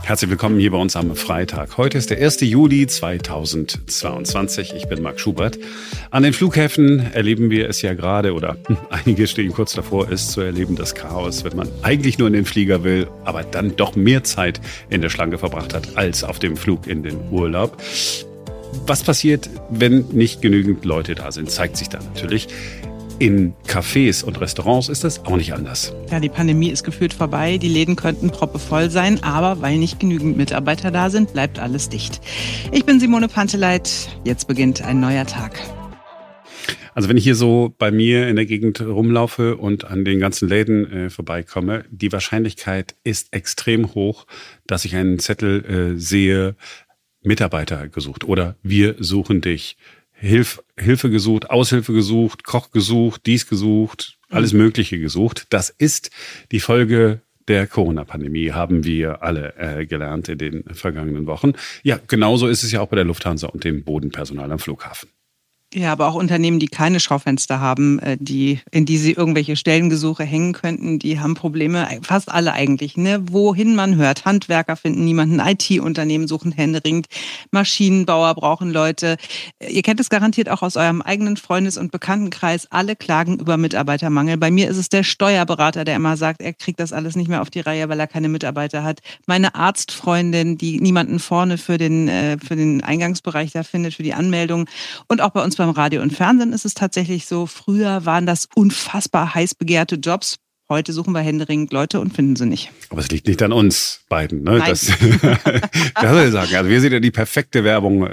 Herzlich willkommen hier bei uns am Freitag. Heute ist der 1. Juli 2022. Ich bin Marc Schubert. An den Flughäfen erleben wir es ja gerade, oder einige stehen kurz davor, es zu erleben, das Chaos, wenn man eigentlich nur in den Flieger will, aber dann doch mehr Zeit in der Schlange verbracht hat, als auf dem Flug in den Urlaub. Was passiert, wenn nicht genügend Leute da sind, zeigt sich dann natürlich. In Cafés und Restaurants ist das auch nicht anders. Ja, die Pandemie ist gefühlt vorbei. Die Läden könnten proppevoll sein, aber weil nicht genügend Mitarbeiter da sind, bleibt alles dicht. Ich bin Simone Panteleit. Jetzt beginnt ein neuer Tag. Also wenn ich hier so bei mir in der Gegend rumlaufe und an den ganzen Läden vorbeikomme, die Wahrscheinlichkeit ist extrem hoch, dass ich einen Zettel sehe, Mitarbeiter gesucht oder wir suchen dich. Hilfe gesucht, Aushilfe gesucht, Koch gesucht, dies gesucht, alles Mögliche gesucht. Das ist die Folge der Corona-Pandemie, haben wir alle gelernt in den vergangenen Wochen. Ja, genauso ist es ja auch bei der Lufthansa und dem Bodenpersonal am Flughafen. Ja, aber auch Unternehmen, die keine Schaufenster haben, in die sie irgendwelche Stellengesuche hängen könnten, die haben Probleme, fast alle eigentlich, ne? Wohin man hört. Handwerker finden niemanden, IT-Unternehmen suchen händeringend, Maschinenbauer brauchen Leute. Ihr kennt es garantiert auch aus eurem eigenen Freundes- und Bekanntenkreis. Alle klagen über Mitarbeitermangel. Bei mir ist es der Steuerberater, der immer sagt, er kriegt das alles nicht mehr auf die Reihe, weil er keine Mitarbeiter hat. Meine Arztfreundin, die niemanden vorne für den Eingangsbereich da findet, für die Anmeldung. Und auch bei uns beim Radio und Fernsehen ist es tatsächlich so, früher waren das unfassbar heiß begehrte Jobs. Heute suchen wir händeringend Leute und finden sie nicht. Aber es liegt nicht an uns beiden, ne? Nein. Das soll ich sagen. Also wir sind ja die perfekte Werbung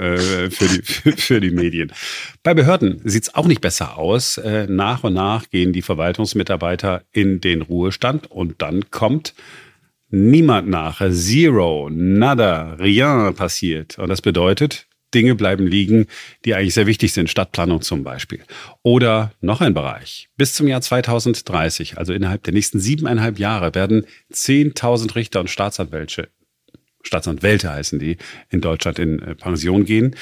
für die Medien. Bei Behörden sieht es auch nicht besser aus. Nach und nach gehen die Verwaltungsmitarbeiter in den Ruhestand und dann kommt niemand nach. Zero, nada, rien passiert. Und das bedeutet, Dinge bleiben liegen, die eigentlich sehr wichtig sind, Stadtplanung zum Beispiel. Oder noch ein Bereich. Bis zum Jahr 2030, also innerhalb der nächsten 7,5 Jahre, werden 10.000 Richter und Staatsanwälte heißen die, in Deutschland in Pension gehen.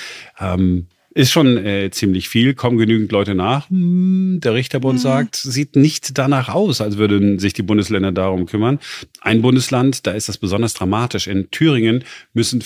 Ist schon ziemlich viel, kommen genügend Leute nach. Der Richterbund sagt, sieht nicht danach aus, als würden sich die Bundesländer darum kümmern. Ein Bundesland, da ist das besonders dramatisch. In Thüringen müssen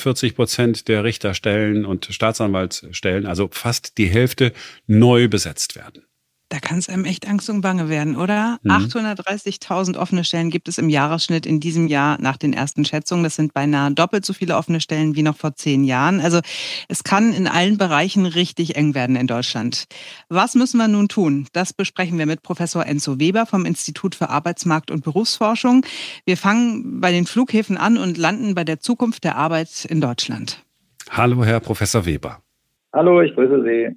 45% der Richterstellen und Staatsanwaltsstellen, also fast die Hälfte, neu besetzt werden. Da kann es einem echt Angst und Bange werden, oder? 830.000 offene Stellen gibt es im Jahresschnitt in diesem Jahr nach den ersten Schätzungen. Das sind beinahe doppelt so viele offene Stellen wie noch vor 10 Jahren. Also es kann in allen Bereichen richtig eng werden in Deutschland. Was müssen wir nun tun? Das besprechen wir mit Professor Enzo Weber vom Institut für Arbeitsmarkt und Berufsforschung. Wir fangen bei den Flughäfen an und landen bei der Zukunft der Arbeit in Deutschland. Hallo, Herr Professor Weber. Hallo, ich grüße Sie.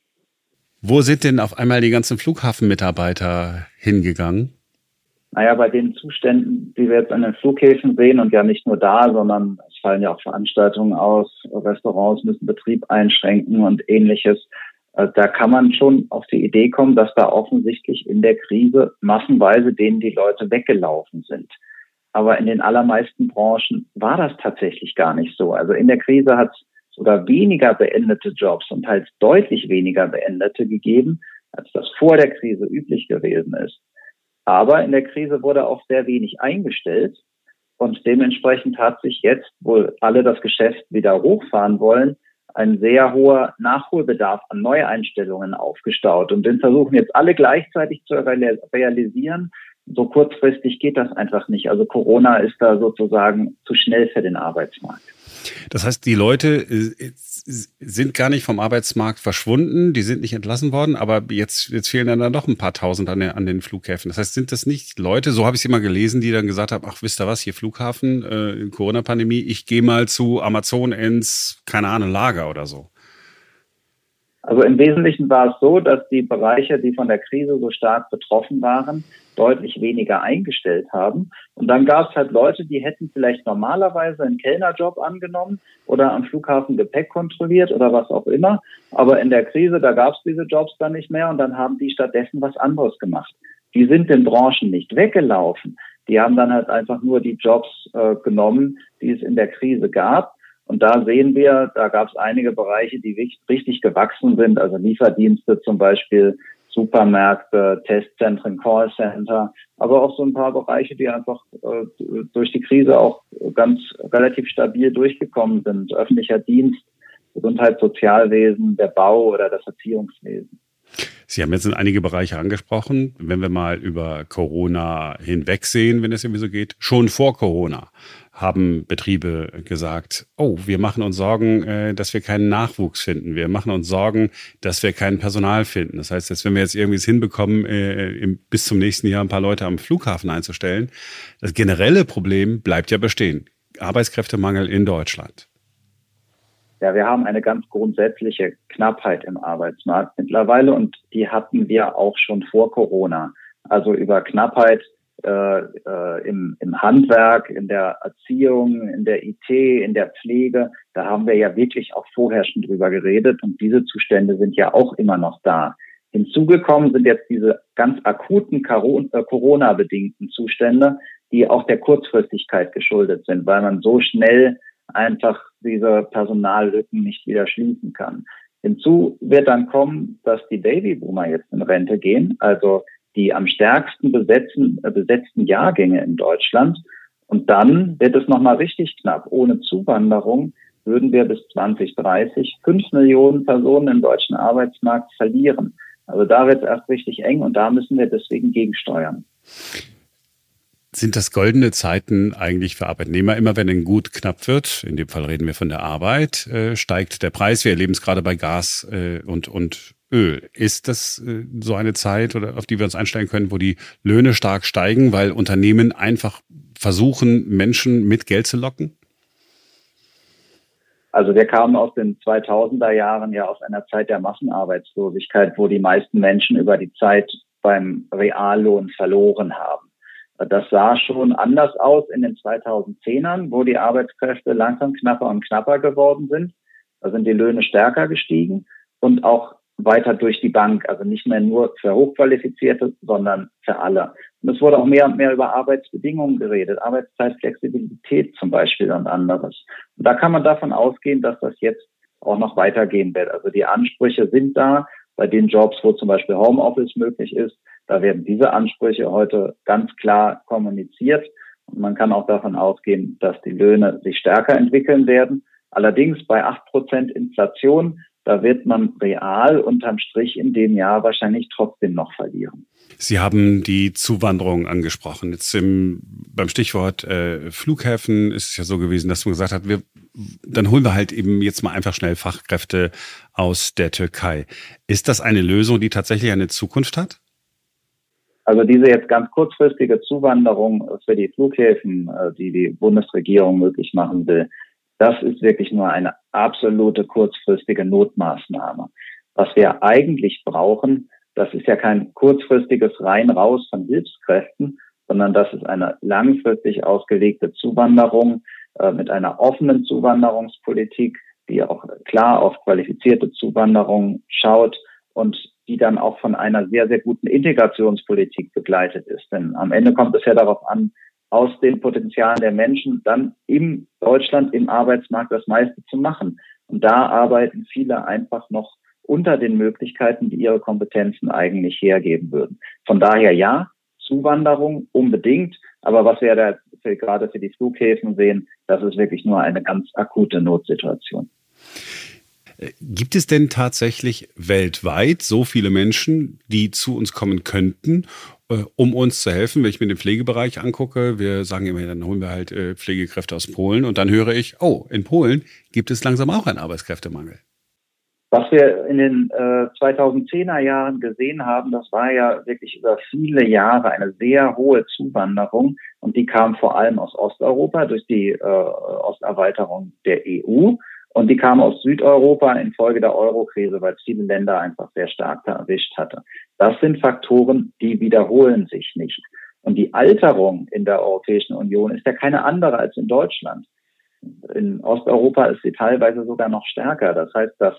Wo sind denn auf einmal die ganzen Flughafenmitarbeiter hingegangen? Naja, bei den Zuständen, die wir jetzt an den Flughäfen sehen und ja nicht nur da, sondern es fallen ja auch Veranstaltungen aus, Restaurants müssen Betrieb einschränken und Ähnliches. Da kann man schon auf die Idee kommen, dass da offensichtlich in der Krise massenweise denen die Leute weggelaufen sind. Aber in den allermeisten Branchen war das tatsächlich gar nicht so. Also in der Krise hat es sogar weniger beendete Jobs und teils deutlich weniger beendete gegeben, als das vor der Krise üblich gewesen ist. Aber in der Krise wurde auch sehr wenig eingestellt und dementsprechend hat sich jetzt, wo alle das Geschäft wieder hochfahren wollen, ein sehr hoher Nachholbedarf an Neueinstellungen aufgestaut. Und den versuchen jetzt alle gleichzeitig zu realisieren. So kurzfristig geht das einfach nicht. Also Corona ist da sozusagen zu schnell für den Arbeitsmarkt. Das heißt, die Leute sind gar nicht vom Arbeitsmarkt verschwunden, die sind nicht entlassen worden, aber jetzt fehlen dann doch ein paar Tausend an den Flughäfen. Das heißt, sind das nicht Leute, so habe ich es immer gelesen, die dann gesagt haben, ach, wisst ihr was, hier Flughafen, Corona-Pandemie, ich gehe mal zu Amazon ins, keine Ahnung, Lager oder so? Also im Wesentlichen war es so, dass die Bereiche, die von der Krise so stark betroffen waren, deutlich weniger eingestellt haben. Und dann gab es halt Leute, die hätten vielleicht normalerweise einen Kellnerjob angenommen oder am Flughafen Gepäck kontrolliert oder was auch immer. Aber in der Krise, da gab es diese Jobs dann nicht mehr und dann haben die stattdessen was anderes gemacht. Die sind den Branchen nicht weggelaufen. Die haben dann halt einfach nur die Jobs genommen, die es in der Krise gab. Und da sehen wir, da gab es einige Bereiche, die richtig gewachsen sind, also Lieferdienste zum Beispiel, Supermärkte, Testzentren, Callcenter, aber auch so ein paar Bereiche, die einfach durch die Krise auch ganz relativ stabil durchgekommen sind. Öffentlicher Dienst, Gesundheits-, Sozialwesen, der Bau oder das Erziehungswesen. Sie haben jetzt einige Bereiche angesprochen. Wenn wir mal über Corona hinwegsehen, wenn es irgendwie so geht, schon vor Corona haben Betriebe gesagt, oh, wir machen uns Sorgen, dass wir keinen Nachwuchs finden. Wir machen uns Sorgen, dass wir kein Personal finden. Das heißt, wenn wir jetzt irgendwie es hinbekommen, bis zum nächsten Jahr ein paar Leute am Flughafen einzustellen, das generelle Problem bleibt ja bestehen. Arbeitskräftemangel in Deutschland. Ja, wir haben eine ganz grundsätzliche Knappheit im Arbeitsmarkt mittlerweile und die hatten wir auch schon vor Corona. Also über Knappheit im Handwerk, in der Erziehung, in der IT, in der Pflege, da haben wir ja wirklich auch vorher schon drüber geredet und diese Zustände sind ja auch immer noch da. Hinzugekommen sind jetzt diese ganz akuten Corona-bedingten Zustände, die auch der Kurzfristigkeit geschuldet sind, weil man so schnell einfach diese Personallücken nicht wieder schließen kann. Hinzu wird dann kommen, dass die Babyboomer jetzt in Rente gehen, also die am stärksten besetzten Jahrgänge in Deutschland. Und dann wird es nochmal richtig knapp. Ohne Zuwanderung würden wir bis 2030 5 Millionen Personen im deutschen Arbeitsmarkt verlieren. Also da wird es erst richtig eng und da müssen wir deswegen gegensteuern. Sind das goldene Zeiten eigentlich für Arbeitnehmer? Immer wenn ein Gut knapp wird, in dem Fall reden wir von der Arbeit, steigt der Preis. Wir erleben es gerade bei Gas und Öl. Ist das so eine Zeit, oder auf die wir uns einstellen können, wo die Löhne stark steigen, weil Unternehmen einfach versuchen, Menschen mit Geld zu locken? Also wir kamen aus den 2000er Jahren ja aus einer Zeit der Massenarbeitslosigkeit, wo die meisten Menschen über die Zeit beim Reallohn verloren haben. Das sah schon anders aus in den 2010ern, wo die Arbeitskräfte langsam knapper und knapper geworden sind. Da sind die Löhne stärker gestiegen und auch weiter durch die Bank, also nicht mehr nur für Hochqualifizierte, sondern für alle. Und es wurde auch mehr und mehr über Arbeitsbedingungen geredet, Arbeitszeitflexibilität zum Beispiel und anderes. Und da kann man davon ausgehen, dass das jetzt auch noch weitergehen wird. Also die Ansprüche sind da, bei den Jobs, wo zum Beispiel Homeoffice möglich ist, da werden diese Ansprüche heute ganz klar kommuniziert. Und man kann auch davon ausgehen, dass die Löhne sich stärker entwickeln werden. Allerdings bei 8% Inflation, da wird man real unterm Strich in dem Jahr wahrscheinlich trotzdem noch verlieren. Sie haben die Zuwanderung angesprochen. Jetzt beim Stichwort Flughäfen ist es ja so gewesen, dass man gesagt hat, dann holen wir halt eben jetzt mal einfach schnell Fachkräfte aus der Türkei. Ist das eine Lösung, die tatsächlich eine Zukunft hat? Also diese jetzt ganz kurzfristige Zuwanderung für die Flughäfen, die die Bundesregierung möglich machen will, das ist wirklich nur eine absolute kurzfristige Notmaßnahme. Was wir eigentlich brauchen, das ist ja kein kurzfristiges Rein-Raus von Hilfskräften, sondern das ist eine langfristig ausgelegte Zuwanderung mit einer offenen Zuwanderungspolitik, die auch klar auf qualifizierte Zuwanderung schaut und die dann auch von einer sehr, sehr guten Integrationspolitik begleitet ist. Denn am Ende kommt es ja darauf an, aus den Potenzialen der Menschen dann in Deutschland im Arbeitsmarkt das meiste zu machen. Und da arbeiten viele einfach noch unter den Möglichkeiten, die ihre Kompetenzen eigentlich hergeben würden. Von daher ja, Zuwanderung unbedingt. Aber was wir da gerade für die Flughäfen sehen, das ist wirklich nur eine ganz akute Notsituation. Gibt es denn tatsächlich weltweit so viele Menschen, die zu uns kommen könnten, um uns zu helfen? Wenn ich mir den Pflegebereich angucke, wir sagen immer, dann holen wir halt Pflegekräfte aus Polen und dann höre ich, oh, in Polen gibt es langsam auch einen Arbeitskräftemangel. Was wir in den 2010er Jahren gesehen haben, das war ja wirklich über viele Jahre eine sehr hohe Zuwanderung und die kam vor allem aus Osteuropa durch die Osterweiterung der EU. Und die kam aus Südeuropa infolge der Euro-Krise, weil es viele Länder einfach sehr stark da erwischt hatte. Das sind Faktoren, die wiederholen sich nicht. Und die Alterung in der Europäischen Union ist ja keine andere als in Deutschland. In Osteuropa ist sie teilweise sogar noch stärker. Das heißt, das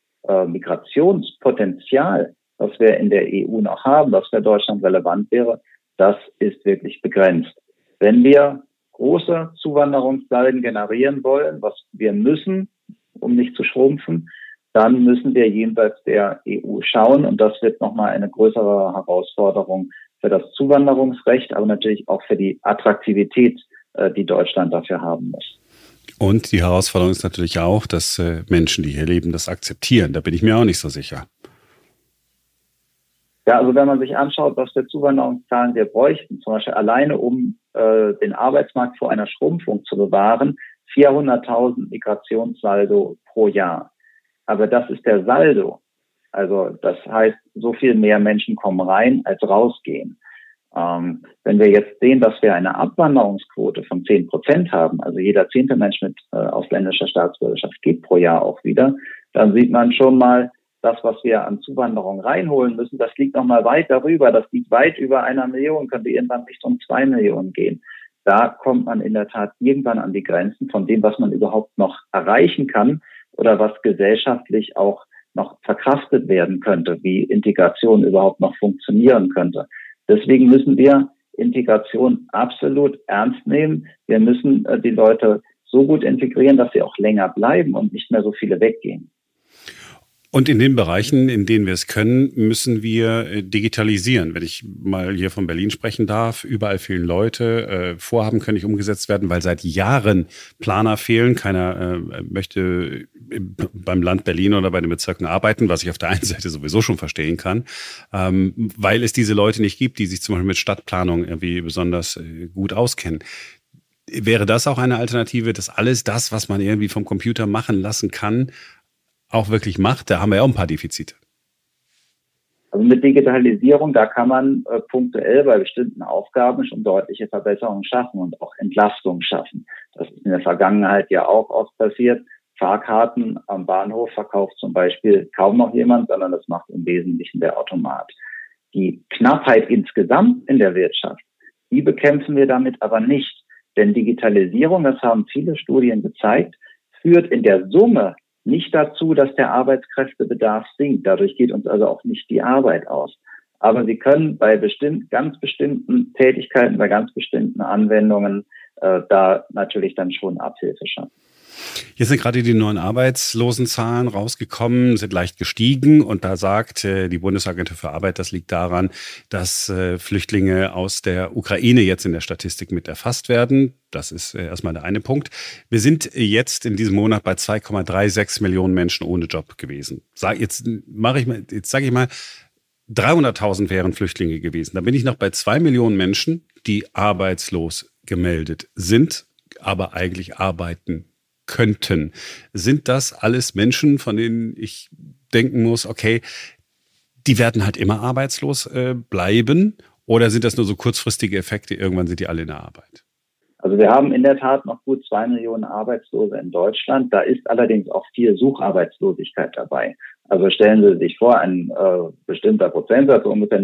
Migrationspotenzial, was wir in der EU noch haben, was für Deutschland relevant wäre, das ist wirklich begrenzt. Wenn wir große Zuwanderungswellen generieren wollen, was wir müssen, um nicht zu schrumpfen, dann müssen wir jenseits der EU schauen. Und das wird nochmal eine größere Herausforderung für das Zuwanderungsrecht, aber natürlich auch für die Attraktivität, die Deutschland dafür haben muss. Und die Herausforderung ist natürlich auch, dass Menschen, die hier leben, das akzeptieren. Da bin ich mir auch nicht so sicher. Ja, also wenn man sich anschaut, was für Zuwanderungszahlen wir bräuchten, zum Beispiel alleine um den Arbeitsmarkt vor einer Schrumpfung zu bewahren, 400.000 Migrationssaldo pro Jahr. Aber das ist der Saldo. Also das heißt, so viel mehr Menschen kommen rein, als rausgehen. Wenn wir jetzt sehen, dass wir eine Abwanderungsquote von 10% haben, also jeder 10. Mensch mit ausländischer Staatsbürgerschaft geht pro Jahr auch wieder, dann sieht man schon mal, das, was wir an Zuwanderung reinholen müssen, das liegt noch mal weit darüber. Das liegt weit über 1 Million, könnte irgendwann Richtung 2 Millionen gehen. Da kommt man in der Tat irgendwann an die Grenzen von dem, was man überhaupt noch erreichen kann oder was gesellschaftlich auch noch verkraftet werden könnte, wie Integration überhaupt noch funktionieren könnte. Deswegen müssen wir Integration absolut ernst nehmen. Wir müssen die Leute so gut integrieren, dass sie auch länger bleiben und nicht mehr so viele weggehen. Und in den Bereichen, in denen wir es können, müssen wir digitalisieren. Wenn ich mal hier von Berlin sprechen darf, überall fehlen Leute, Vorhaben können nicht umgesetzt werden, weil seit Jahren Planer fehlen. Keiner möchte beim Land Berlin oder bei den Bezirken arbeiten, was ich auf der einen Seite sowieso schon verstehen kann, weil es diese Leute nicht gibt, die sich zum Beispiel mit Stadtplanung irgendwie besonders gut auskennen. Wäre das auch eine Alternative, dass alles das, was man irgendwie vom Computer machen lassen kann, auch wirklich macht? Da haben wir ja auch ein paar Defizite. Also mit Digitalisierung, da kann man punktuell bei bestimmten Aufgaben schon deutliche Verbesserungen schaffen und auch Entlastungen schaffen. Das ist in der Vergangenheit ja auch oft passiert. Fahrkarten am Bahnhof verkauft zum Beispiel kaum noch jemand, sondern das macht im Wesentlichen der Automat. Die Knappheit insgesamt in der Wirtschaft, die bekämpfen wir damit aber nicht. Denn Digitalisierung, das haben viele Studien gezeigt, führt in der Summe nicht dazu, dass der Arbeitskräftebedarf sinkt. Dadurch geht uns also auch nicht die Arbeit aus. Aber sie können bei ganz bestimmten Tätigkeiten, bei ganz bestimmten Anwendungen da natürlich dann schon Abhilfe schaffen. Jetzt sind gerade die neuen Arbeitslosenzahlen rausgekommen, sind leicht gestiegen. Und da sagt die Bundesagentur für Arbeit, das liegt daran, dass Flüchtlinge aus der Ukraine jetzt in der Statistik mit erfasst werden. Das ist erstmal der eine Punkt. Wir sind jetzt in diesem Monat bei 2,36 Millionen Menschen ohne Job gewesen. Jetzt sage ich mal, 300.000 wären Flüchtlinge gewesen. Da bin ich noch bei 2 Millionen Menschen, die arbeitslos gemeldet sind, aber eigentlich arbeiten könnten. Sind das alles Menschen, von denen ich denken muss, okay, die werden halt immer arbeitslos bleiben? Oder sind das nur so kurzfristige Effekte? Irgendwann sind die alle in der Arbeit. Also wir haben in der Tat noch gut 2 Millionen Arbeitslose in Deutschland. Da ist allerdings auch viel Sucharbeitslosigkeit dabei. Also stellen Sie sich vor, ein bestimmter Prozentsatz, so ungefähr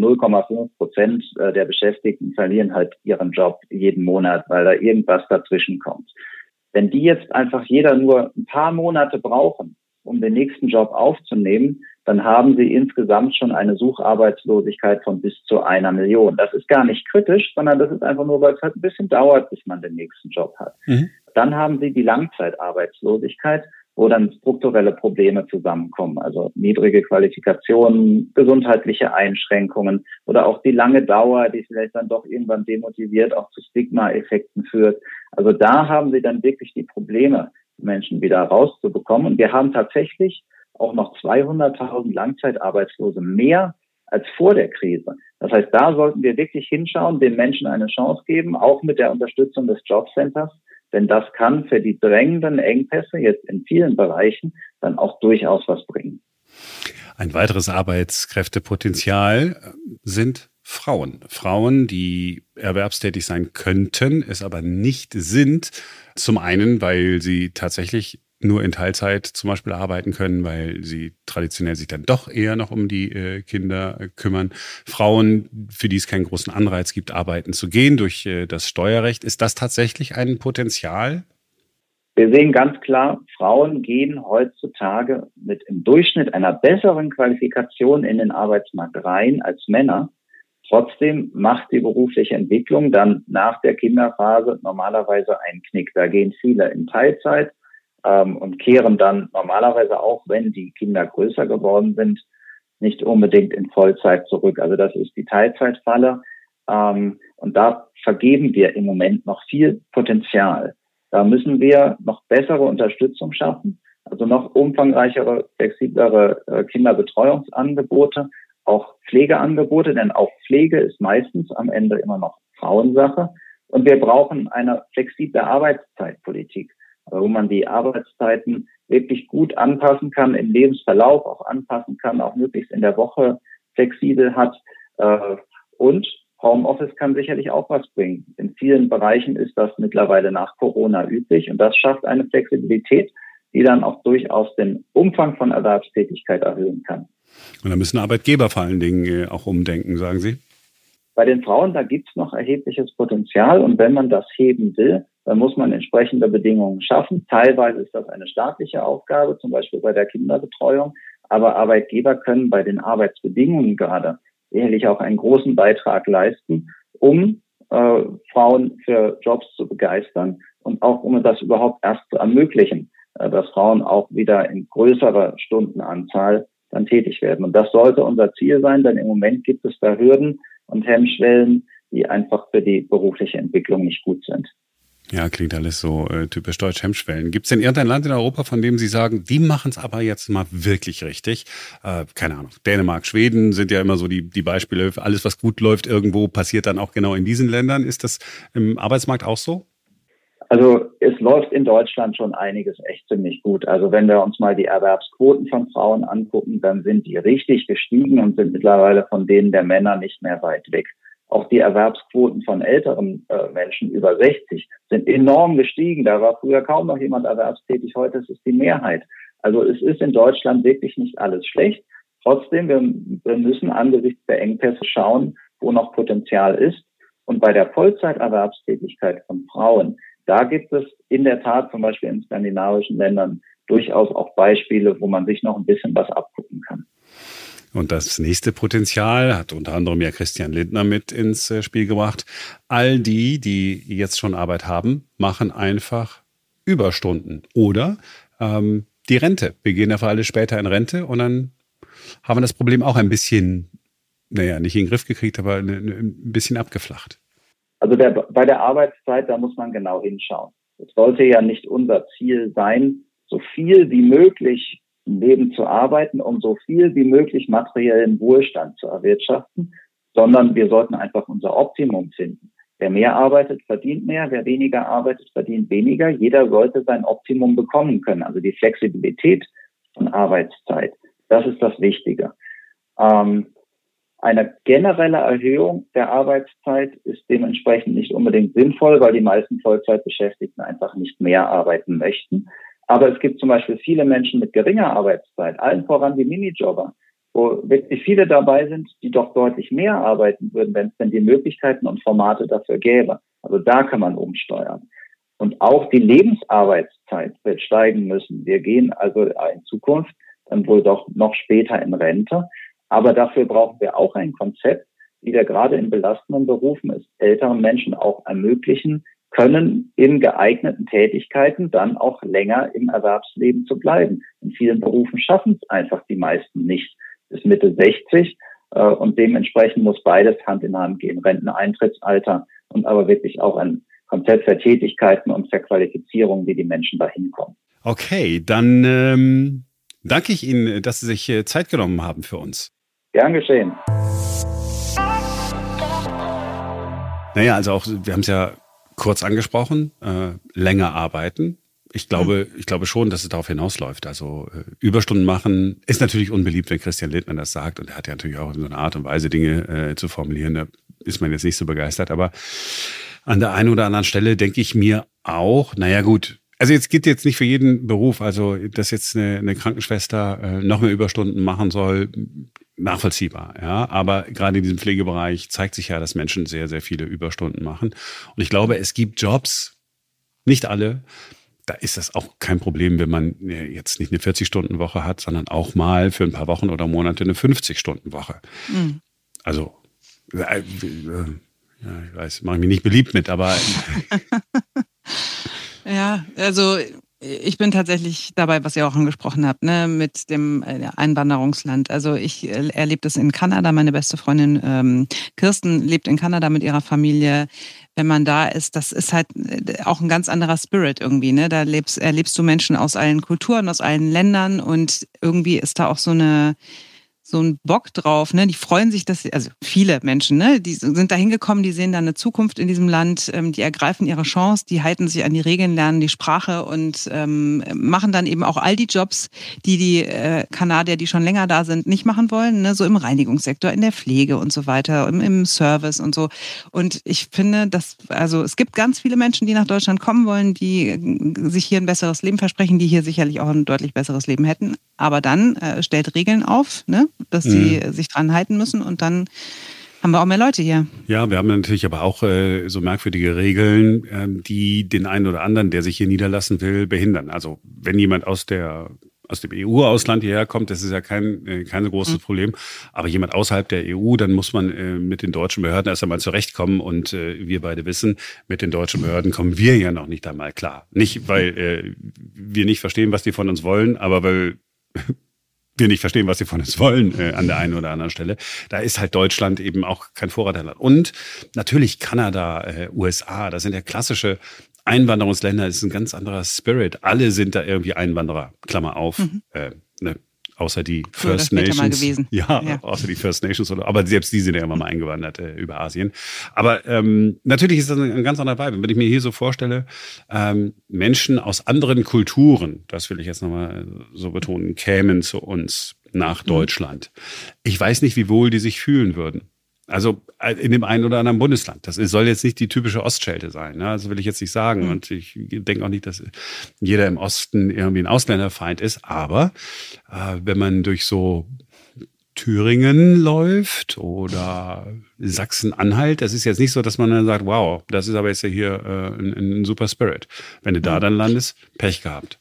0,5% der Beschäftigten verlieren halt ihren Job jeden Monat, weil da irgendwas dazwischen kommt. Wenn die jetzt einfach jeder nur ein paar Monate brauchen, um den nächsten Job aufzunehmen, dann haben sie insgesamt schon eine Sucharbeitslosigkeit von bis zu 1 Million. Das ist gar nicht kritisch, sondern das ist einfach nur, weil es halt ein bisschen dauert, bis man den nächsten Job hat. Dann haben sie die Langzeitarbeitslosigkeit, wo dann strukturelle Probleme zusammenkommen, also niedrige Qualifikationen, gesundheitliche Einschränkungen oder auch die lange Dauer, die vielleicht dann doch irgendwann demotiviert, auch zu Stigma-Effekten führt. Also da haben sie dann wirklich die Probleme, Menschen wieder rauszubekommen. Und wir haben tatsächlich auch noch 200.000 Langzeitarbeitslose mehr als vor der Krise. Das heißt, da sollten wir wirklich hinschauen, den Menschen eine Chance geben, auch mit der Unterstützung des Jobcenters. Denn das kann für die drängenden Engpässe jetzt in vielen Bereichen dann auch durchaus was bringen. Ein weiteres Arbeitskräftepotenzial sind Frauen. Frauen, die erwerbstätig sein könnten, es aber nicht sind. Zum einen, weil sie tatsächlich nur in Teilzeit zum Beispiel arbeiten können, weil sie traditionell sich dann doch eher noch um die Kinder kümmern. Frauen, für die es keinen großen Anreiz gibt, arbeiten zu gehen durch das Steuerrecht. Ist das tatsächlich ein Potenzial? Wir sehen ganz klar, Frauen gehen heutzutage mit im Durchschnitt einer besseren Qualifikation in den Arbeitsmarkt rein als Männer. Trotzdem macht die berufliche Entwicklung dann nach der Kinderphase normalerweise einen Knick. Da gehen viele in Teilzeit und kehren dann normalerweise auch, wenn die Kinder größer geworden sind, nicht unbedingt in Vollzeit zurück. Also das ist die Teilzeitfalle. Und da vergeben wir im Moment noch viel Potenzial. Da müssen wir noch bessere Unterstützung schaffen, also noch umfangreichere, flexiblere Kinderbetreuungsangebote, auch Pflegeangebote, denn auch Pflege ist meistens am Ende immer noch Frauensache. Und wir brauchen eine flexible Arbeitszeitpolitik, wo man die Arbeitszeiten wirklich gut anpassen kann, im Lebensverlauf auch anpassen kann, auch möglichst in der Woche flexibel hat. Und Homeoffice kann sicherlich auch was bringen. In vielen Bereichen ist das mittlerweile nach Corona üblich und das schafft eine Flexibilität, die dann auch durchaus den Umfang von Erwerbstätigkeit erhöhen kann. Und da müssen Arbeitgeber vor allen Dingen auch umdenken, sagen Sie? Bei den Frauen, da gibt es noch erhebliches Potenzial und wenn man das heben will, dann muss man entsprechende Bedingungen schaffen. Teilweise ist das eine staatliche Aufgabe, zum Beispiel bei der Kinderbetreuung, aber Arbeitgeber können bei den Arbeitsbedingungen gerade sicherlich auch einen großen Beitrag leisten, um Frauen für Jobs zu begeistern und auch um das überhaupt erst zu ermöglichen, dass Frauen auch wieder in größerer Stundenanzahl dann tätig werden. Und das sollte unser Ziel sein, denn im Moment gibt es da Hürden und Hemmschwellen, die einfach für die berufliche Entwicklung nicht gut sind. Ja, klingt alles so typisch deutsch, Hemmschwellen. Gibt es denn irgendein Land in Europa, von dem Sie sagen, die machen es aber jetzt mal wirklich richtig? Keine Ahnung, Dänemark, Schweden sind ja immer so die Beispiele. Alles, was gut läuft irgendwo, passiert dann auch genau in diesen Ländern. Ist das im Arbeitsmarkt auch so? Also es läuft in Deutschland schon einiges echt ziemlich gut. Also wenn wir uns mal die Erwerbsquoten von Frauen angucken, dann sind die richtig gestiegen und sind mittlerweile von denen der Männer nicht mehr weit weg. Auch die Erwerbsquoten von älteren Menschen über 60 sind enorm gestiegen. Da war früher kaum noch jemand erwerbstätig. Heute ist es die Mehrheit. Also es ist in Deutschland wirklich nicht alles schlecht. Trotzdem, wir müssen angesichts der Engpässe schauen, wo noch Potenzial ist. Und bei der Vollzeiterwerbstätigkeit von Frauen, da gibt es in der Tat zum Beispiel in skandinavischen Ländern durchaus auch Beispiele, wo man sich noch ein bisschen was abgucken kann. Und das nächste Potenzial hat unter anderem ja Christian Lindner mit ins Spiel gebracht. All die jetzt schon Arbeit haben, machen einfach Überstunden. Oder die Rente. Wir gehen dafür alle später in Rente und dann haben wir das Problem auch ein bisschen, nicht in den Griff gekriegt, aber ein bisschen abgeflacht. Also bei der Arbeitszeit, da muss man genau hinschauen. Es sollte ja nicht unser Ziel sein, so viel wie möglich im Leben zu arbeiten, um so viel wie möglich materiellen Wohlstand zu erwirtschaften, sondern wir sollten einfach unser Optimum finden. Wer mehr arbeitet, verdient mehr, wer weniger arbeitet, verdient weniger. Jeder sollte sein Optimum bekommen können. Also die Flexibilität von Arbeitszeit, das ist das Wichtige. Eine generelle Erhöhung der Arbeitszeit ist dementsprechend nicht unbedingt sinnvoll, weil die meisten Vollzeitbeschäftigten einfach nicht mehr arbeiten möchten. Aber es gibt zum Beispiel viele Menschen mit geringer Arbeitszeit, allen voran die Minijobber, wo wirklich viele dabei sind, die doch deutlich mehr arbeiten würden, wenn es denn die Möglichkeiten und Formate dafür gäbe. Also da kann man umsteuern. Und auch die Lebensarbeitszeit wird steigen müssen. Wir gehen also in Zukunft dann wohl doch noch später in Rente. Aber dafür brauchen wir auch ein Konzept, wie wir gerade in belastenden Berufen es älteren Menschen auch ermöglichen können, in geeigneten Tätigkeiten dann auch länger im Erwerbsleben zu bleiben. In vielen Berufen schaffen es einfach die meisten nicht bis Mitte 60 und dementsprechend muss beides Hand in Hand gehen, Renteneintrittsalter und aber wirklich auch ein Konzept für Tätigkeiten und Verqualifizierung, wie die Menschen dahin kommen. Okay, dann danke ich Ihnen, dass Sie sich Zeit genommen haben für uns. Gern geschehen. Naja, also auch, wir haben es ja kurz angesprochen, länger arbeiten. Ich glaube schon, dass es darauf hinausläuft. Also Überstunden machen ist natürlich unbeliebt, wenn Christian Lindner das sagt. Und er hat ja natürlich auch so eine Art und Weise, Dinge zu formulieren. Da ist man jetzt nicht so begeistert. Aber an der einen oder anderen Stelle denke ich mir auch, naja gut, also jetzt gilt jetzt nicht für jeden Beruf, also dass jetzt eine Krankenschwester noch mehr Überstunden machen soll, nachvollziehbar, ja. Aber gerade in diesem Pflegebereich zeigt sich ja, dass Menschen sehr, sehr viele Überstunden machen. Und ich glaube, es gibt Jobs, nicht alle, da ist das auch kein Problem, wenn man jetzt nicht eine 40-Stunden-Woche hat, sondern auch mal für ein paar Wochen oder Monate eine 50-Stunden-Woche. Mhm. Also, ja, ich weiß, mache ich mich nicht beliebt mit, aber ja, also Ich bin tatsächlich dabei, was ihr auch angesprochen habt, ne, mit dem Einwanderungsland. Also ich erlebe das in Kanada. Meine beste Freundin Kirsten lebt in Kanada mit ihrer Familie. Wenn man da ist, das ist halt auch ein ganz anderer Spirit irgendwie, ne? Da erlebst du Menschen aus allen Kulturen, aus allen Ländern und irgendwie ist da auch so ein Bock drauf, ne? Die freuen sich, also viele Menschen, ne? Die sind da hingekommen, die sehen da eine Zukunft in diesem Land, die ergreifen ihre Chance, die halten sich an die Regeln, lernen die Sprache und machen dann eben auch all die Jobs, die Kanadier, die schon länger da sind, nicht machen wollen, ne? So im Reinigungssektor, in der Pflege und so weiter, im Service und so. Und ich finde, es gibt ganz viele Menschen, die nach Deutschland kommen wollen, die sich hier ein besseres Leben versprechen, die hier sicherlich auch ein deutlich besseres Leben hätten. Aber dann stellt Regeln auf, ne? Dass sie sich dran halten müssen und dann haben wir auch mehr Leute hier. Ja, wir haben natürlich aber auch so merkwürdige Regeln, die den einen oder anderen, der sich hier niederlassen will, behindern. Also wenn jemand aus dem EU-Ausland hierher kommt, das ist ja kein so großes Problem. Aber jemand außerhalb der EU, dann muss man mit den deutschen Behörden erst einmal zurechtkommen. Und wir beide wissen, mit den deutschen Behörden kommen wir ja noch nicht einmal klar. Nicht, weil wir nicht verstehen, was die von uns wollen, aber weil wir nicht verstehen, was sie von uns wollen an der einen oder anderen Stelle. Da ist halt Deutschland eben auch kein Vorreiterland. Und natürlich Kanada, USA, das sind ja klassische Einwanderungsländer, das ist ein ganz anderer Spirit. Alle sind da irgendwie Einwanderer, Klammer auf, ne? Außer die First Nations. Mal gewesen. Ja, außer die First Nations. Aber selbst die sind ja immer mal eingewandert über Asien. Aber natürlich ist das ein ganz anderer Vibe. Wenn ich mir hier so vorstelle, Menschen aus anderen Kulturen, das will ich jetzt nochmal so betonen, kämen zu uns nach Deutschland. Ich weiß nicht, wie wohl die sich fühlen würden. Also in dem einen oder anderen Bundesland. Das soll jetzt nicht die typische Ostschelte sein. Ne? Das will ich jetzt nicht sagen. Und ich denke auch nicht, dass jeder im Osten irgendwie ein Ausländerfeind ist. Aber wenn man durch so Thüringen läuft oder Sachsen-Anhalt, das ist jetzt nicht so, dass man dann sagt, wow, das ist aber jetzt ja hier ein super Spirit. Wenn du da dann landest, Pech gehabt.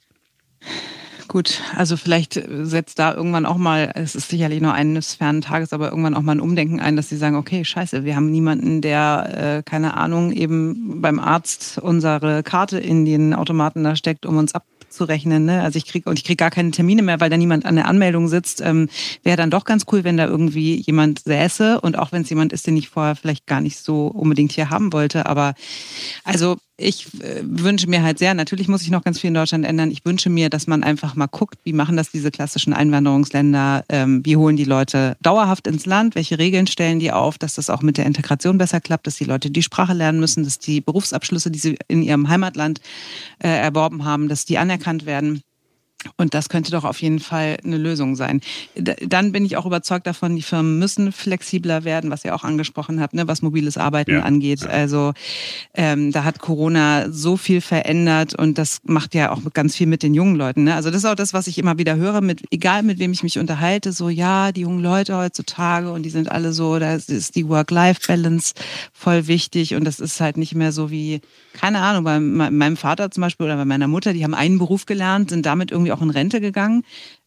Gut, also vielleicht setzt da irgendwann auch mal, es ist sicherlich nur eines fernen Tages, aber irgendwann auch mal ein Umdenken ein, dass sie sagen, okay, scheiße, wir haben niemanden, der, keine Ahnung, eben beim Arzt unsere Karte in den Automaten da steckt, um uns abzurechnen. Ne? Also ich krieg gar keine Termine mehr, weil da niemand an der Anmeldung sitzt. Wäre dann doch ganz cool, wenn da irgendwie jemand säße und auch wenn es jemand ist, den ich vorher vielleicht gar nicht so unbedingt hier haben wollte. Aber also ich wünsche mir halt sehr, natürlich muss ich noch ganz viel in Deutschland ändern, ich wünsche mir, dass man einfach mal guckt, wie machen das diese klassischen Einwanderungsländer, wie holen die Leute dauerhaft ins Land, welche Regeln stellen die auf, dass das auch mit der Integration besser klappt, dass die Leute die Sprache lernen müssen, dass die Berufsabschlüsse, die sie in ihrem Heimatland erworben haben, dass die anerkannt werden. Und das könnte doch auf jeden Fall eine Lösung sein. Dann bin ich auch überzeugt davon, die Firmen müssen flexibler werden, was ihr auch angesprochen habt, ne, was mobiles Arbeiten angeht. Ja. Also da hat Corona so viel verändert und das macht ja auch ganz viel mit den jungen Leuten. Ne? Also das ist auch das, was ich immer wieder höre, egal mit wem ich mich unterhalte, so ja, die jungen Leute heutzutage und die sind alle so, da ist die Work-Life-Balance voll wichtig und das ist halt nicht mehr so wie, keine Ahnung, bei meinem Vater zum Beispiel oder bei meiner Mutter, die haben einen Beruf gelernt, sind damit irgendwie auch in Rente gegangen.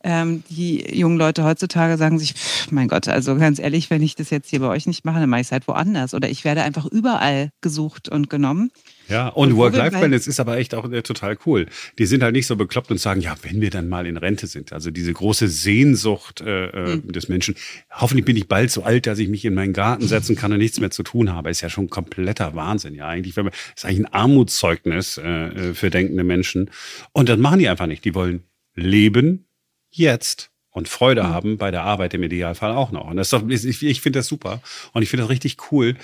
Die jungen Leute heutzutage sagen sich, mein Gott, also ganz ehrlich, wenn ich das jetzt hier bei euch nicht mache, dann mache ich es halt woanders. Oder ich werde einfach überall gesucht und genommen. Ja, und Work-Life-Balance ist aber echt auch total cool. Die sind halt nicht so bekloppt und sagen, ja, wenn wir dann mal in Rente sind. Also diese große Sehnsucht des Menschen. Hoffentlich bin ich bald so alt, dass ich mich in meinen Garten setzen kann und nichts mehr zu tun habe. Ist ja schon kompletter Wahnsinn. Ja, eigentlich, ist eigentlich ein Armutszeugnis für denkende Menschen. Und das machen die einfach nicht. Die wollen leben jetzt und Freude haben bei der Arbeit im Idealfall auch noch. Und das ist doch, ich finde das super. Und ich finde das richtig cool,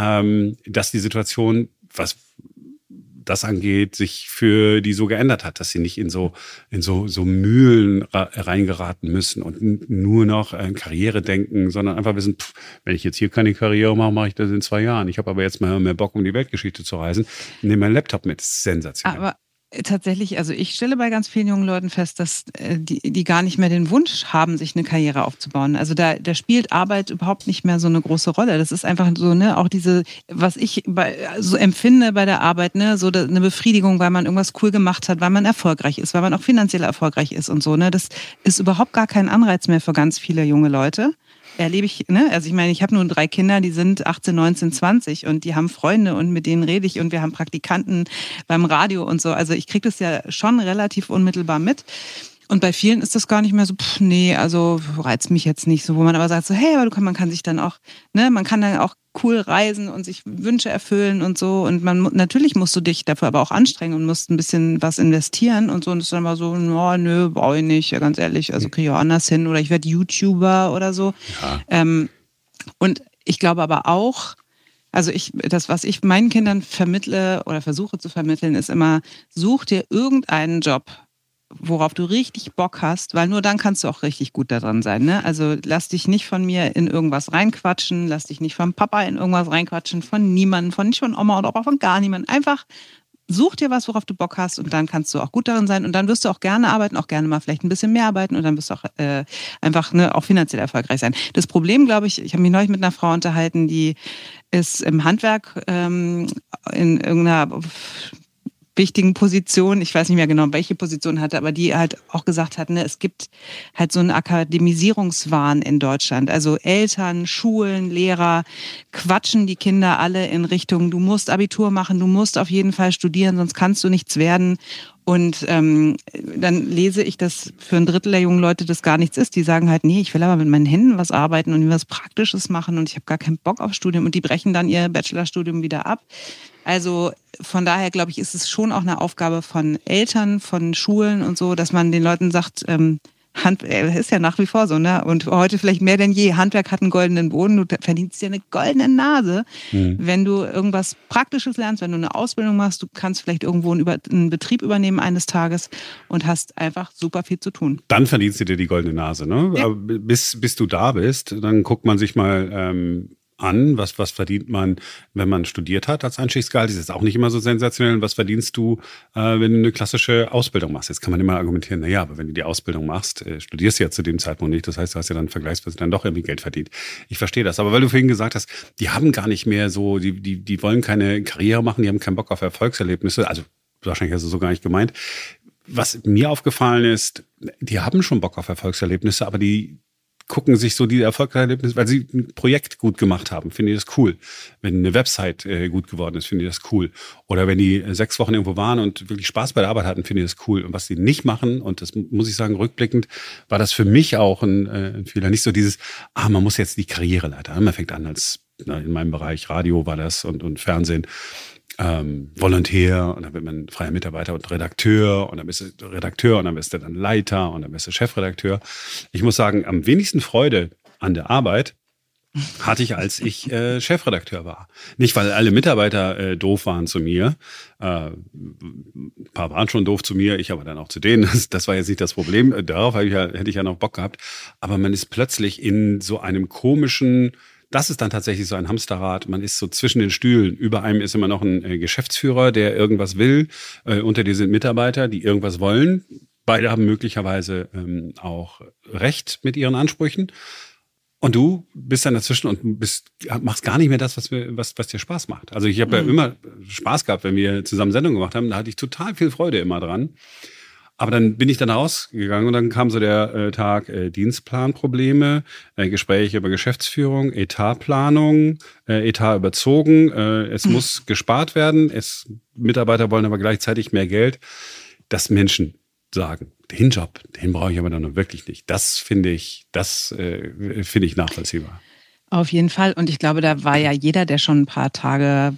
dass die Situation, was das angeht, sich für die so geändert hat, dass sie nicht in so Mühlen reingeraten müssen und nur noch an Karriere denken, sondern einfach wissen, wenn ich jetzt hier keine Karriere mache, mache ich das in 2 Jahren. Ich habe aber jetzt mal mehr Bock, um die Weltgeschichte zu reisen. Nehme meinen Laptop mit. Das ist sensationell. Aber tatsächlich, also ich stelle bei ganz vielen jungen Leuten fest, dass die gar nicht mehr den Wunsch haben, sich eine Karriere aufzubauen. Also da spielt Arbeit überhaupt nicht mehr so eine große Rolle. Das ist einfach so, ne, auch diese, was ich so empfinde bei der Arbeit, ne, so eine Befriedigung, weil man irgendwas cool gemacht hat, weil man erfolgreich ist, weil man auch finanziell erfolgreich ist und so, ne. Das ist überhaupt gar kein Anreiz mehr für ganz viele junge Leute. erlebe ich, ne? Also ich meine, ich habe nur 3 Kinder, die sind 18, 19, 20 und die haben Freunde und mit denen rede ich und wir haben Praktikanten beim Radio und so. Also ich kriege das ja schon relativ unmittelbar mit. Und bei vielen ist das gar nicht mehr so, nee, also reizt mich jetzt nicht so, wo man aber sagt so, hey, aber man kann sich dann auch, ne, man kann dann auch cool reisen und sich Wünsche erfüllen und so. Und natürlich musst du dich dafür aber auch anstrengen und musst ein bisschen was investieren und so. Und das ist dann mal so, no, nö, brauche ich nicht, ja, ganz ehrlich, also kriege ich auch anders hin oder ich werde YouTuber oder so. Ja. Und ich glaube aber auch, also das, was ich meinen Kindern vermittle oder versuche zu vermitteln, ist immer, such dir irgendeinen Job, worauf du richtig Bock hast, weil nur dann kannst du auch richtig gut daran sein. Ne? Also lass dich nicht von mir in irgendwas reinquatschen, lass dich nicht vom Papa in irgendwas reinquatschen, von niemandem, nicht von Oma oder auch von gar niemandem. Einfach such dir was, worauf du Bock hast und dann kannst du auch gut darin sein und dann wirst du auch gerne arbeiten, auch gerne mal vielleicht ein bisschen mehr arbeiten und dann wirst du auch einfach auch finanziell erfolgreich sein. Das Problem, glaube ich habe mich neulich mit einer Frau unterhalten, die ist im Handwerk in irgendeiner wichtigen Position, ich weiß nicht mehr genau, welche Position hatte, aber die halt auch gesagt hat, ne, es gibt halt so einen Akademisierungswahn in Deutschland. Also Eltern, Schulen, Lehrer quatschen die Kinder alle in Richtung, du musst Abitur machen, du musst auf jeden Fall studieren, sonst kannst du nichts werden. Und dann lese ich, dass für ein Drittel der jungen Leute das gar nichts ist. Die sagen halt, nee, ich will aber mit meinen Händen was arbeiten und was Praktisches machen und ich habe gar keinen Bock auf Studium und die brechen dann ihr Bachelorstudium wieder ab. Also von daher, glaube ich, ist es schon auch eine Aufgabe von Eltern, von Schulen und so, dass man den Leuten sagt, ist ja nach wie vor so, ne? Und heute vielleicht mehr denn je. Handwerk hat einen goldenen Boden. Du verdienst dir eine goldene Nase, wenn du irgendwas Praktisches lernst, wenn du eine Ausbildung machst. Du kannst vielleicht irgendwo einen Betrieb übernehmen eines Tages und hast einfach super viel zu tun. Dann verdienst du dir die goldene Nase, ne? Ja. Aber bis du da bist, dann guckt man sich mal an, was verdient man, wenn man studiert hat als Einstiegsgehalt. Das ist jetzt auch nicht immer so sensationell. Und was verdienst du, wenn du eine klassische Ausbildung machst? Jetzt kann man immer argumentieren, naja, aber wenn du die Ausbildung machst, studierst du ja zu dem Zeitpunkt nicht. Das heißt, du hast ja dann vergleichsweise dann doch irgendwie Geld verdient. Ich verstehe das. Aber weil du vorhin gesagt hast, die haben gar nicht mehr so, die wollen keine Karriere machen, die haben keinen Bock auf Erfolgserlebnisse. Also wahrscheinlich hast du so gar nicht gemeint. Was mir aufgefallen ist, die haben schon Bock auf Erfolgserlebnisse, aber die gucken sich so die Erfolgserlebnisse, weil sie ein Projekt gut gemacht haben, finde ich das cool. Wenn eine Website gut geworden ist, finde ich das cool. Oder wenn die 6 Wochen irgendwo waren und wirklich Spaß bei der Arbeit hatten, finde ich das cool. Und was sie nicht machen, und das muss ich sagen, rückblickend, war das für mich auch ein Fehler. Nicht so dieses, man muss jetzt die Karriereleiter. Man fängt an in meinem Bereich Radio war das und Fernsehen. Volontär und dann wird man freier Mitarbeiter und Redakteur und dann bist du Redakteur und dann bist du dann Leiter und dann bist du Chefredakteur. Ich muss sagen, am wenigsten Freude an der Arbeit hatte ich, als ich Chefredakteur war. Nicht, weil alle Mitarbeiter doof waren zu mir. Ein paar waren schon doof zu mir, ich aber dann auch zu denen. Das war jetzt nicht das Problem. Darauf hätte ich ja noch Bock gehabt. Aber man ist plötzlich in so einem komischen... Das ist dann tatsächlich so ein Hamsterrad. Man ist so zwischen den Stühlen. Über einem ist immer noch ein Geschäftsführer, der irgendwas will. Unter dir sind Mitarbeiter, die irgendwas wollen. Beide haben möglicherweise auch Recht mit ihren Ansprüchen. Und du bist dann dazwischen und machst gar nicht mehr das, was dir Spaß macht. Also ich habe ja immer Spaß gehabt, wenn wir zusammen Sendungen gemacht haben. Da hatte ich total viel Freude immer dran. Aber dann bin ich dann rausgegangen und dann kam so der Tag Dienstplanprobleme, Gespräche über Geschäftsführung, Etatplanung, Etat überzogen, es muss gespart werden, Mitarbeiter wollen aber gleichzeitig mehr Geld. Dass Menschen sagen, den Job, den brauche ich aber dann wirklich nicht. Das finde ich nachvollziehbar. Auf jeden Fall. Und ich glaube, da war ja jeder, der schon ein paar Tage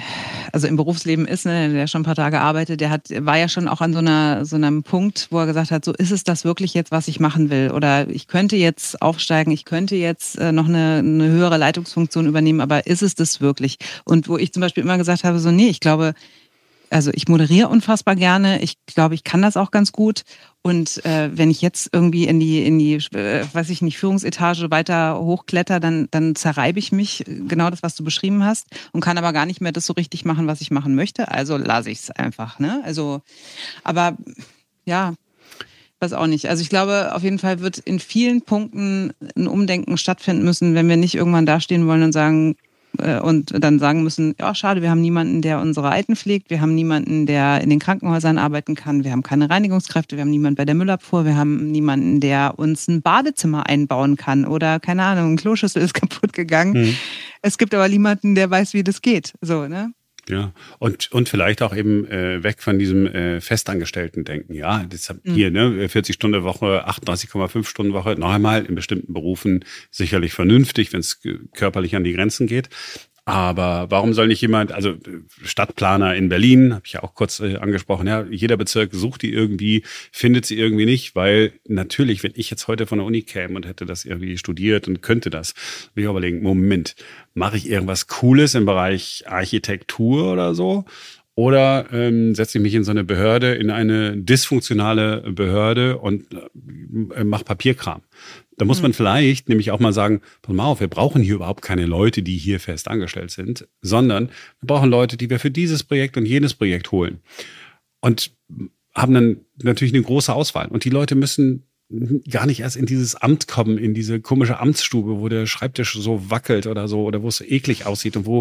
im Berufsleben ist, ne, der schon ein paar Tage arbeitet, war ja schon auch an so einem Punkt, wo er gesagt hat, so ist es das wirklich jetzt, was ich machen will? Oder ich könnte jetzt aufsteigen, ich könnte jetzt noch eine höhere Leitungsfunktion übernehmen, aber ist es das wirklich? Und wo ich zum Beispiel immer gesagt habe, so nee, ich glaube, also ich moderiere unfassbar gerne. Ich glaube, ich kann das auch ganz gut. Und wenn ich jetzt irgendwie in die weiß ich nicht, Führungsetage weiter hochkletter, dann zerreibe ich mich, genau das, was du beschrieben hast, und kann aber gar nicht mehr das so richtig machen, was ich machen möchte. Also lasse ich es einfach, ne? Also, aber ja, weiß auch nicht. Also ich glaube, auf jeden Fall wird in vielen Punkten ein Umdenken stattfinden müssen, wenn wir nicht irgendwann dastehen wollen und sagen, und dann sagen müssen, ja, schade, wir haben niemanden, der unsere Alten pflegt, wir haben niemanden, der in den Krankenhäusern arbeiten kann, wir haben keine Reinigungskräfte, wir haben niemanden bei der Müllabfuhr, wir haben niemanden, der uns ein Badezimmer einbauen kann oder, keine Ahnung, ein Kloschüssel ist kaputt gegangen. Es gibt aber niemanden, der weiß, wie das geht. So, ne? Ja, und vielleicht auch eben weg von diesem Festangestellten-Denken. Ja, das hier, ne, 40-Stunden-Woche, 38,5-Stunden-Woche, noch einmal in bestimmten Berufen sicherlich vernünftig, wenn es körperlich an die Grenzen geht. Aber warum soll nicht jemand, also Stadtplaner in Berlin, habe ich ja auch kurz angesprochen, ja, jeder Bezirk sucht die irgendwie, findet sie irgendwie nicht, weil natürlich, wenn ich jetzt heute von der Uni käme und hätte das irgendwie studiert und könnte das, würde ich überlegen, Moment, mache ich irgendwas Cooles im Bereich Architektur oder so? Oder setze ich mich in so eine Behörde, in eine dysfunktionale Behörde und mache Papierkram? Da muss man vielleicht nämlich auch mal sagen, pass mal auf, wir brauchen hier überhaupt keine Leute, die hier fest angestellt sind, sondern wir brauchen Leute, die wir für dieses Projekt und jenes Projekt holen. Und haben dann natürlich eine große Auswahl. Und die Leute müssen gar nicht erst in dieses Amt kommen, in diese komische Amtsstube, wo der Schreibtisch so wackelt oder so, oder wo es so eklig aussieht und wo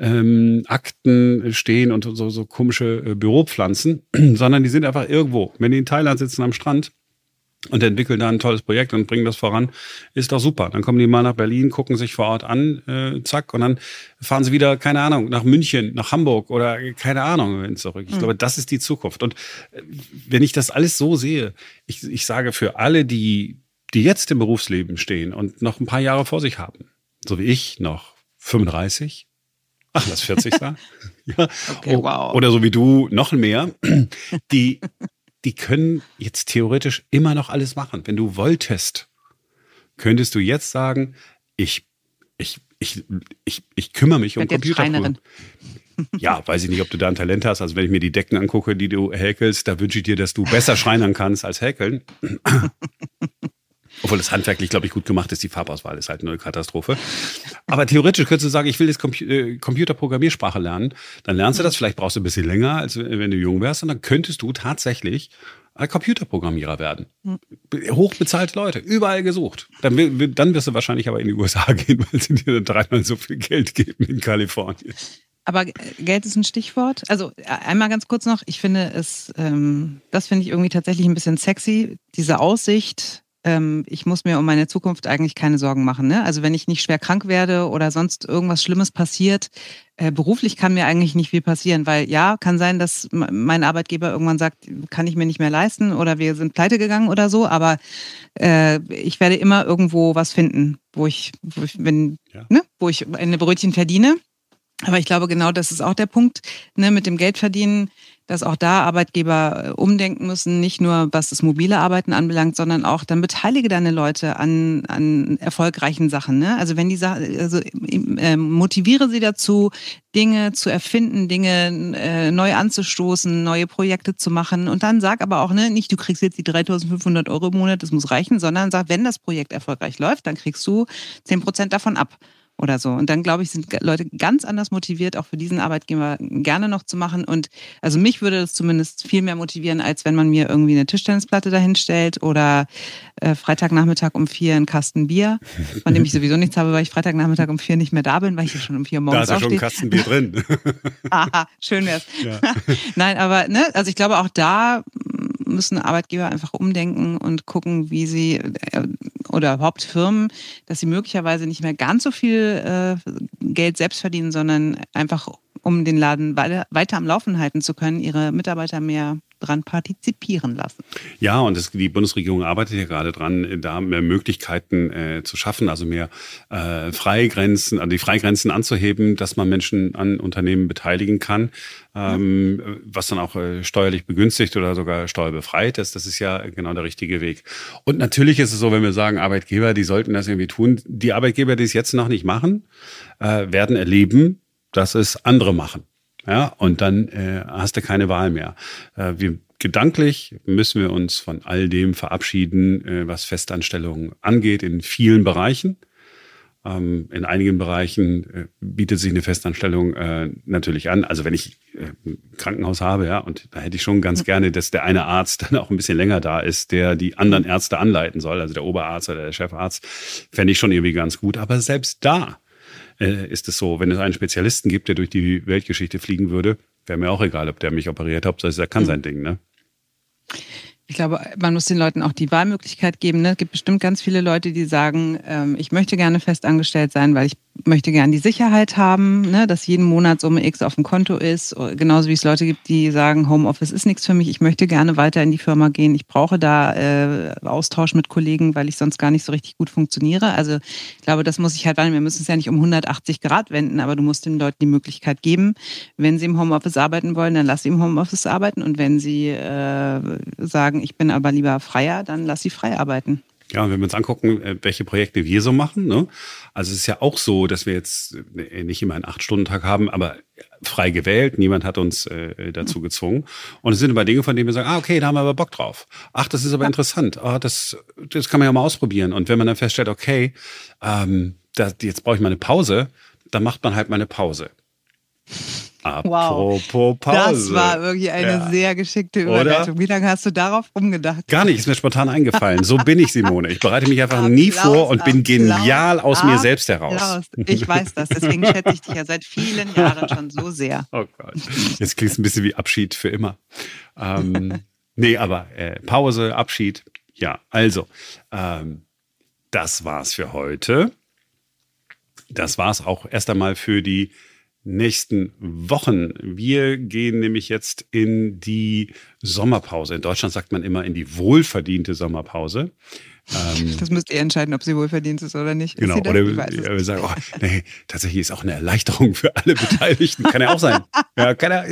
Akten stehen und so komische Büropflanzen, sondern die sind einfach irgendwo. Wenn die in Thailand sitzen am Strand und entwickeln da ein tolles Projekt und bringen das voran, ist doch super. Dann kommen die mal nach Berlin, gucken sich vor Ort an, zack, und dann fahren sie wieder, keine Ahnung, nach München, nach Hamburg oder keine Ahnung, zurück. Ich glaube, das ist die Zukunft. Und wenn ich das alles so sehe, ich sage für alle, die jetzt im Berufsleben stehen und noch ein paar Jahre vor sich haben, so wie ich, noch 35, ach, lass 40 sein, ja, okay, wow. Oder so wie du, noch mehr, die können jetzt theoretisch immer noch alles machen. Wenn du wolltest, könntest du jetzt sagen, ich kümmere mich um Computerprogramm. Ja, weiß ich nicht, ob du da ein Talent hast. Also wenn ich mir die Decken angucke, die du häkelst, da wünsche ich dir, dass du besser schreinern kannst als häkeln. Obwohl das handwerklich, glaube ich, gut gemacht ist. Die Farbauswahl ist halt eine Katastrophe. Aber theoretisch könntest du sagen, ich will jetzt Computerprogrammiersprache lernen. Dann lernst du das. Vielleicht brauchst du ein bisschen länger, als wenn du jung wärst. Und dann könntest du tatsächlich ein Computerprogrammierer werden. Hochbezahlte Leute, überall gesucht. Dann wirst du wahrscheinlich aber in die USA gehen, weil sie dir dann dreimal so viel Geld geben in Kalifornien. Aber Geld ist ein Stichwort. Also einmal ganz kurz noch. Ich finde es, das finde ich irgendwie tatsächlich ein bisschen sexy. Diese Aussicht, ich muss mir um meine Zukunft eigentlich keine Sorgen machen. Ne? Also wenn ich nicht schwer krank werde oder sonst irgendwas Schlimmes passiert, beruflich kann mir eigentlich nicht viel passieren, weil ja, kann sein, dass mein Arbeitgeber irgendwann sagt, kann ich mir nicht mehr leisten oder wir sind pleite gegangen oder so, aber ich werde immer irgendwo was finden, wo ich eine Brötchen verdiene. Aber ich glaube, genau das ist auch der Punkt, ne, mit dem Geldverdienen, dass auch da Arbeitgeber umdenken müssen, nicht nur was das mobile Arbeiten anbelangt, sondern auch dann beteilige deine Leute an erfolgreichen Sachen. Ne? Also wenn motiviere sie dazu, Dinge zu erfinden, Dinge neu anzustoßen, neue Projekte zu machen und dann sag aber auch, ne, nicht du kriegst jetzt die 3.500 € im Monat, das muss reichen, sondern sag, wenn das Projekt erfolgreich läuft, dann kriegst du 10% davon ab. Oder so. Und dann, glaube ich, sind Leute ganz anders motiviert, auch für diesen Arbeitgeber gerne noch zu machen. Und also mich würde das zumindest viel mehr motivieren, als wenn man mir irgendwie eine Tischtennisplatte dahinstellt oder Freitagnachmittag um 4 einen Kasten Bier, von dem ich sowieso nichts habe, weil ich Freitagnachmittag um 4 nicht mehr da bin, weil ich ja schon um 4 morgens aufstehe. Da ist ja schon ein Kasten Bier drin. Aha, schön wär's. Ja. Nein, aber ne, also ich glaube auch da müssen Arbeitgeber einfach umdenken und gucken, wie sie oder überhaupt Firmen, dass sie möglicherweise nicht mehr ganz so viel Geld selbst verdienen, sondern einfach, um den Laden weiter am Laufen halten zu können, ihre Mitarbeiter mehr dran partizipieren lassen. Ja, und die Bundesregierung arbeitet ja gerade dran, da mehr Möglichkeiten zu schaffen, also mehr Freigrenzen, also die Freigrenzen anzuheben, dass man Menschen an Unternehmen beteiligen kann, was dann auch steuerlich begünstigt oder sogar steuerbefreit ist. Das ist ja genau der richtige Weg. Und natürlich ist es so, wenn wir sagen, Arbeitgeber, die sollten das irgendwie tun. Die Arbeitgeber, die es jetzt noch nicht machen, werden erleben, dass es andere machen. Ja, und dann hast du keine Wahl mehr. Gedanklich müssen wir uns von all dem verabschieden, was Festanstellungen angeht, in vielen Bereichen. In einigen Bereichen bietet sich eine Festanstellung natürlich an. Also wenn ich ein Krankenhaus habe, ja, und da hätte ich schon ganz gerne, dass der eine Arzt dann auch ein bisschen länger da ist, der die anderen Ärzte anleiten soll, also der Oberarzt oder der Chefarzt, fände ich schon irgendwie ganz gut. Aber selbst da ist es so, wenn es einen Spezialisten gibt, der durch die Weltgeschichte fliegen würde, wäre mir auch egal, ob der mich operiert, Hauptsache er kann sein Ding, ne? Ich glaube, man muss den Leuten auch die Wahlmöglichkeit geben. Ne? Es gibt bestimmt ganz viele Leute, die sagen, ich möchte gerne festangestellt sein, weil ich möchte gerne die Sicherheit haben, ne? Dass jeden Monat Summe X auf dem Konto ist. Genauso wie es Leute gibt, die sagen, Homeoffice ist nichts für mich. Ich möchte gerne weiter in die Firma gehen. Ich brauche da Austausch mit Kollegen, weil ich sonst gar nicht so richtig gut funktioniere. Also ich glaube, das muss ich halt wandeln. Wir müssen es ja nicht um 180 Grad wenden, aber du musst den Leuten die Möglichkeit geben. Wenn sie im Homeoffice arbeiten wollen, dann lass sie im Homeoffice arbeiten. Und wenn sie sagen, ich bin aber lieber freier, dann lass sie frei arbeiten. Ja, und wenn wir uns angucken, welche Projekte wir so machen, ne? Also es ist ja auch so, dass wir jetzt nicht immer einen 8-Stunden-Tag haben, aber frei gewählt. Niemand hat uns dazu gezwungen. Und es sind immer Dinge, von denen wir sagen, okay, da haben wir aber Bock drauf. Ach, das ist aber interessant. Das kann man ja mal ausprobieren. Und wenn man dann feststellt, okay, jetzt brauche ich mal eine Pause, dann macht man halt mal eine Pause. Apropos Pause. Das war irgendwie eine sehr geschickte Überleitung. Oder? Wie lange hast du darauf rumgedacht? Gar nicht, ist mir spontan eingefallen. So bin ich, Simone. Ich bereite mich einfach nie vor und bin genial aus mir selbst heraus. Ich weiß das, deswegen schätze ich dich ja seit vielen Jahren schon so sehr. Oh Gott, jetzt klingt es ein bisschen wie Abschied für immer. Nee, aber Pause, Abschied, ja. Also, das war's für heute. Das war's auch erst einmal für die nächsten Wochen. Wir gehen nämlich jetzt in die Sommerpause. In Deutschland sagt man immer in die wohlverdiente Sommerpause. Das müsst ihr entscheiden, ob sie wohlverdient ist oder nicht. Genau, oder wir sagen, nee, tatsächlich ist auch eine Erleichterung für alle Beteiligten. Kann ja auch sein. Ja,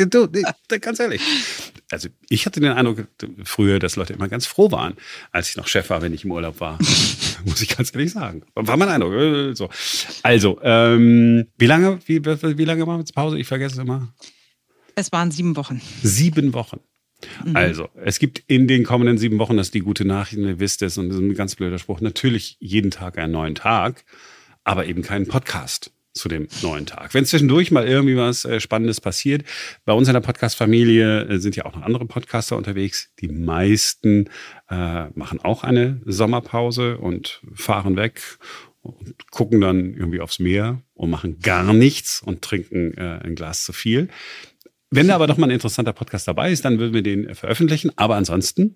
ganz ehrlich. Also ich hatte den Eindruck früher, dass Leute immer ganz froh waren, als ich noch Chef war, wenn ich im Urlaub war. Muss ich ganz ehrlich sagen. War mein Eindruck. So. Also, wie lange machen wir jetzt Pause? Ich vergesse es immer. Es waren 7 Wochen. 7 Wochen. Also, es gibt in den kommenden 7 Wochen, das ist die gute Nachricht, ihr wisst es, und das ist ein ganz blöder Spruch, natürlich jeden Tag einen neuen Tag, aber eben keinen Podcast zu dem neuen Tag. Wenn zwischendurch mal irgendwie was Spannendes passiert, bei uns in der Podcast-Familie sind ja auch noch andere Podcaster unterwegs. Die meisten machen auch eine Sommerpause und fahren weg und gucken dann irgendwie aufs Meer und machen gar nichts und trinken ein Glas zu viel. Wenn da aber doch mal ein interessanter Podcast dabei ist, dann würden wir den veröffentlichen. Aber ansonsten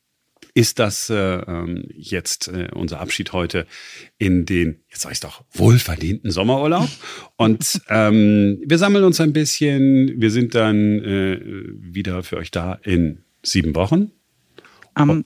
ist das jetzt unser Abschied heute in den, jetzt sag ich's doch, wohlverdienten Sommerurlaub. Und wir sammeln uns ein bisschen. Wir sind dann wieder für euch da in 7 Wochen. Am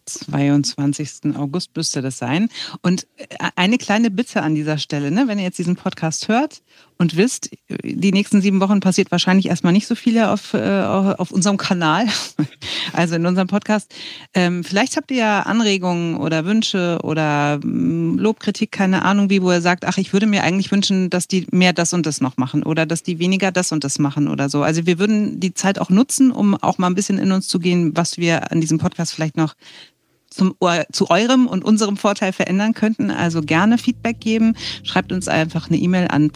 22. August müsste das sein. Und eine kleine Bitte an dieser Stelle, ne? Wenn ihr jetzt diesen Podcast hört und wisst, die nächsten 7 Wochen passiert wahrscheinlich erstmal nicht so viel auf unserem Kanal, also in unserem Podcast. Vielleicht habt ihr ja Anregungen oder Wünsche oder Lob, Kritik, keine Ahnung wie, wo ihr sagt, ach, ich würde mir eigentlich wünschen, dass die mehr das und das noch machen oder dass die weniger das und das machen oder so. Also wir würden die Zeit auch nutzen, um auch mal ein bisschen in uns zu gehen, was wir an diesem Podcast vielleicht noch zu eurem und unserem Vorteil verändern könnten. Also gerne Feedback geben. Schreibt uns einfach eine E-Mail an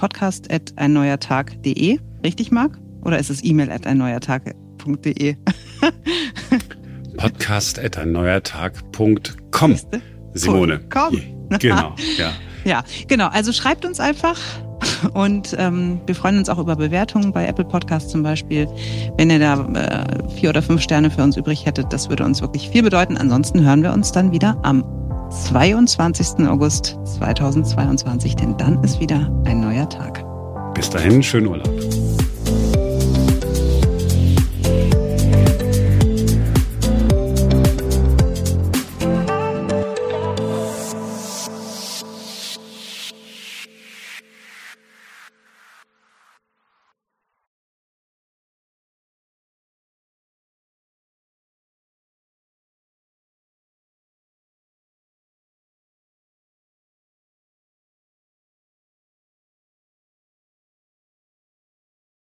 podcast@einneuertag.de. Richtig, Marc? Oder ist es e-mail@einneuertag.de? podcast@einneuertag.com. Simone. Komm. Genau, ja. Ja, genau. Also schreibt uns einfach. Und wir freuen uns auch über Bewertungen bei Apple Podcasts zum Beispiel. Wenn ihr da 4 oder 5 Sterne für uns übrig hättet, das würde uns wirklich viel bedeuten. Ansonsten hören wir uns dann wieder am 22. August 2022, denn dann ist wieder ein neuer Tag. Bis dahin, schönen Urlaub.